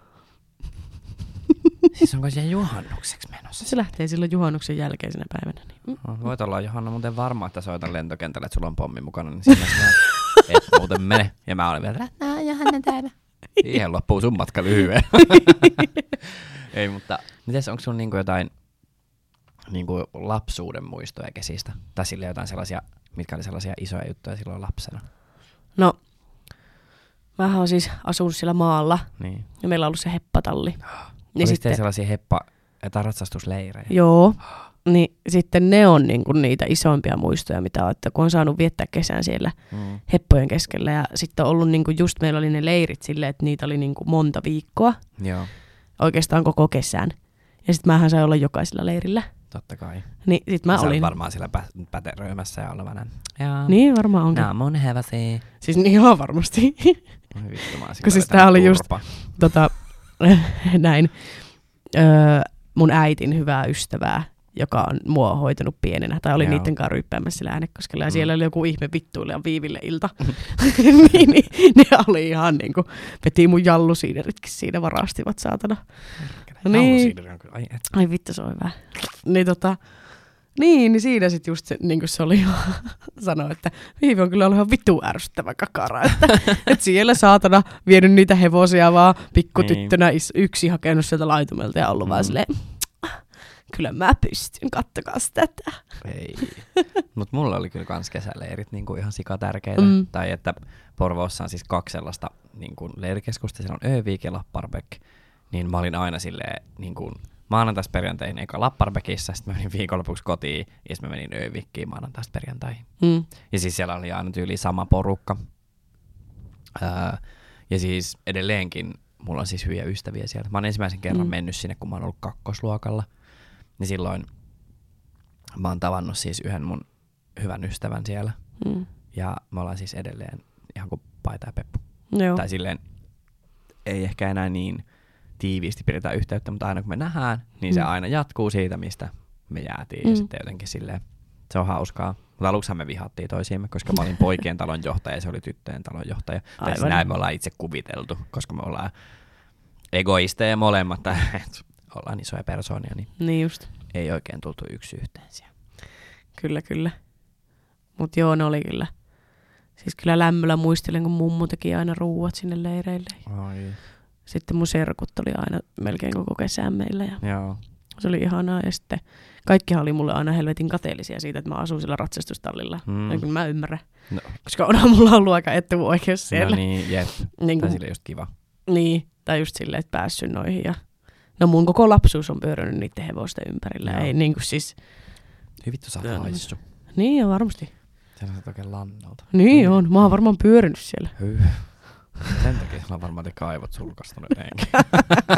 Siis onko siellä juhannukseksi menossa? Se lähtee silloin juhannuksen jälkeisenä päivänä. Niin. No, voit olla Johanna muuten varma, että soitan lentokentällä, että sulla on pommi mukana, niin siinä et muuten mene. Ja mä olin vielä, että Johanna täällä. Siihen loppuu sun matka lyhyen. Ei, mutta mites, onko sulla niinku jotain niinku lapsuuden muistoja kesistä? Tai sille jotain sellaisia, mitkä oli sellaisia isoja juttuja silloin lapsena? No, mähän on siis asunut siellä maalla. Niin. Ja meillä on ollut se heppatalli. Niin sitten sellaisia ratsastusleirejä? Joo. Niin sitten ne on niinku niitä isoimpia muistoja, mitä on, että kun on saanut viettää kesän siellä heppojen keskellä. Ja sitten on ollut niinku just meillä oli ne leirit silleen, että niitä oli niinku monta viikkoa. Joo. Oikeastaan koko kesän. Ja sitten mähän sain olla jokaisella leirillä. Totta kai. Niin sit mä olin. varmaan siellä päteröimässä ja olevana. Niin varmaan onkin. Nää mun heväsi. Siis niin ihan varmasti. Vittu, kun siis tää oli just näin. Mun äitin hyvää ystävää, joka on mua hoitanut pienenä, tai oli niiden kanssa ryyppäämässä siellä Äänekoskella, ja siellä oli joku ihme vittuilija Viiville ilta. niin, ne oli ihan niinku, veti mun jallusiideritkin siinä, varastivat saatana. Niin. Ai vittu, se on hyvä. Niin siinä sit just se, niin kuin se oli sanoi, että Viivi on kyllä ollut ihan vittu ärsyttävä kakara, että siellä saatana vienyt niitä hevosia vaan pikkutyttönä yksi hakenut sieltä laitumelta ja ollut vaan silleen, kyllä mä pystyn, kattokas tätä. Ei, mutta mulla oli kyllä kans kesäleirit niin kuin ihan sikatärkeitä. Tai että Porvoossa on siis 2 sellaista niin kuin leirikeskusta, siellä on Övik ja Lapparbeck, niin mä olin aina silleen niin kuin maanantaista perjantaihin eka Lapparbekissä, sitten mä menin viikonlopuksi kotiin, ja sitten mä menin Övikkiin maanantaista perjantaihin. Ja siis siellä oli aina tyyli sama porukka. Ja siis edelleenkin mulla on siis hyviä ystäviä siellä. Mä oon ensimmäisen kerran mennyt sinne, kun mä oon ollut 2. luokalla. Niin silloin mä oon tavannut siis yhden mun hyvän ystävän siellä. Ja me ollaan siis edelleen ihan kuin paita ja peppu. Joo. Tai silleen ei ehkä enää niin tiiviisti pidetään yhteyttä, mutta aina kun me nähdään, niin se aina jatkuu siitä, mistä me jäätiin. Ja sitten jotenkin silleen, se on hauskaa. Mutta aluksihan me vihattiin toisiimme, koska mä olin poikien talonjohtaja ja se oli tyttöjen talonjohtaja. Tai siis näin me ollaan itse kuviteltu, koska me ollaan egoisteja molemmat, ollaan isoja persoonia, niin just. Ei oikein tultu yksi yhteen siellä. Kyllä. Mut joo, ne oli kyllä. Siis kyllä lämmöllä muistelen, kun mummu teki aina ruuat sinne leireille. Ai. Sitten mun serkut oli aina melkein koko kesän meillä. Ja joo. Se oli ihanaa. Ja sitten kaikkihan oli mulle aina helvetin kateellisia siitä, että mä asun sillä ratsastustallilla. Ja kyllä mä ymmärrän. No. Koska onhan mulla ollut aika etuoikeus siellä. No niin, jep. Niin tai sille just kiva. Niin, tai just silleen, että päässyt noihin. Ja no mun koko lapsuus on pyörinyt niiden hevosten ympärillä. Ei niin kuin siis. Hyvin vittu sä oot haissu. Niin on varmasti. Siellä on oikein lannalta. Niin on. Mä oon varmaan pyörinyt siellä. Sen takia sulla on varmaan te kaivot sulkastunut enkä.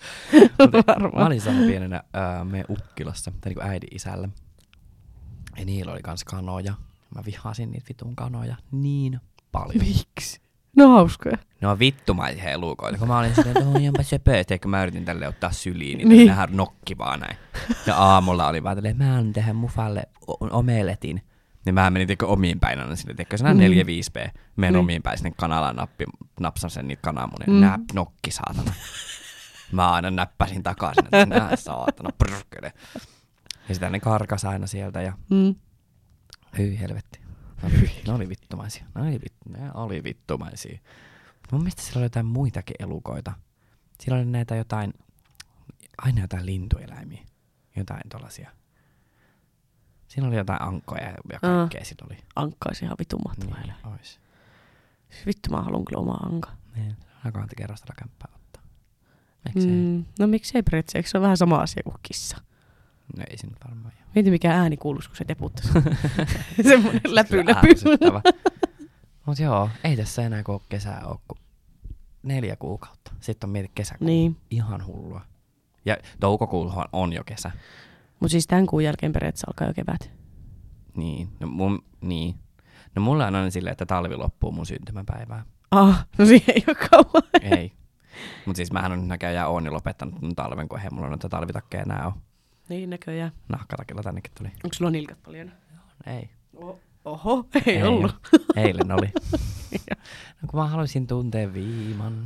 Mä olin saanut pienenä meidän Ukkilassa, tai niinku äidin isällä. Ja niillä oli kans kanoja. Mä vihasin niitä vitun kanoja niin paljon. Miksi? No hauskoja. Ne on vittumaisia elukoita. Kun mä olin silleen, että onpa söpöitä, kun mä yritin tälle ottaa syliin, niin nehän nokki vaan näin. Ja aamulla oli vaan tälleen, mä annan tähän mufalle omeletin. Niin mä menin omiin päin aina sinne, teikö se 4-5B. Menen omiin päin sinne kanalaan napsan sen niitä kananmunia. Nää nokki saatana. Mä aina näppäsin takaisin, että nää saatana, prrkele. Ja sitä ne karkas aina sieltä ja hyi helvetti. Ne oli vittumaisia. Ne oli vittumaisia. Mun mielestä siellä oli jotain muitakin elukoita. Siellä oli näitä jotain, aina jotain lintueläimiä. Jotain tollasia. Siinä oli jotain ankkoja ja kaikkea siinä oli. Ankka olisi ihan vitun mahtava niin, ois. Vittu mä haluan kyllä omaa anka. Niin, alkointi kerrostella kämppää ottaa. No miksei periaatteessa, eikö se ole vähän sama asia kuin kissa? No ei se nyt varmaan. Mieti mikä ääni kuuluisi, kun se teputtaisi. Semmoinen läpy. Mut joo, ei tässä enää kun kesää ole kuin 4 kuukautta. Sitten on mieti kesäkuu. Niin. Ihan hullua. Ja toukokuuhan on jo kesä. Mut siis tämän kuun jälkeen periaatteessa alkaa jo kevät. Niin. No mulla on aina silleen, että talvi loppuu mun syntymäpäivää. No siihen ei ole kauan. Ei. Mut siis mähän on näköjään oon jo lopettanut mun talven, kun ei mulla noita talvitakkeja enää ole. Niin näköjään. Nahkatakilla tännekin tuli. Onko sulla nilkat paljon? Ei. Oho, ei ollut. Eilen oli. No kun mä haluaisin tuntea viiman.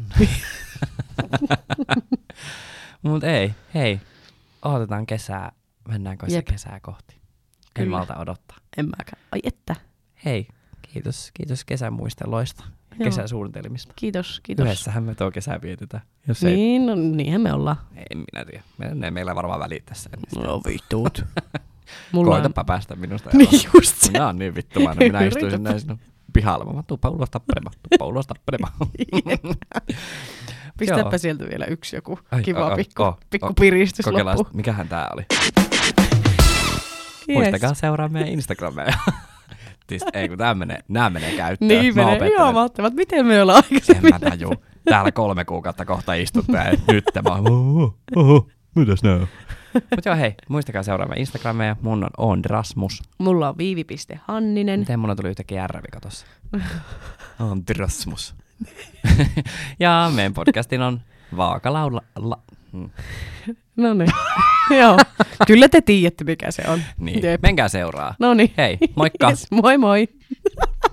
Mut ei, hei. Odotetaan kesää. Mennäänkö se kesää kohti? Kyllä. En malta odottaa. En mäkään. Ai että. Hei, kiitos kesän muisteloista. Kesäsuunnitelmista. Kiitos. Yhdessähän me tuo kesää vietetään. Jos niin, no niinhän me ollaan. Ei minä tiedä. Meillä varmaan väliä tässä. No vittuut. Koitapa päästä minusta. Niin just se. Minä oon niin vittumainen. Minä istuisin näin sinun pihalla. Mä tuuppa ulos tappelemaan. Pistäpä sieltä vielä yksi joku kiva pikku piristys loppuun. Mikähän tää oli? Muistakaa seuraa meidän Instagramia. Ei kun nää menee käyttöön. Niin menee, ihan mahtavat. Miten me ollaan aikaisemmin? En mä tajuu. Täällä 3 kuukautta kohta istuttaa ja nyt mä mitäs nää on? Mut joo hei, muistakaa seuraa meidän Instagramia. Mun on Rasmus. Mulla on Viivi.Hanninen. Miten mulla tuli yhtäkkiä järvika tossa? On Rasmus. Ja meidän podcastin on Vaakalaula. No niin. Joo. Kyllä te tiedätte mikä se on. Niin. Menkää seuraa. No niin. Hei, moikka. Yes, moi moi.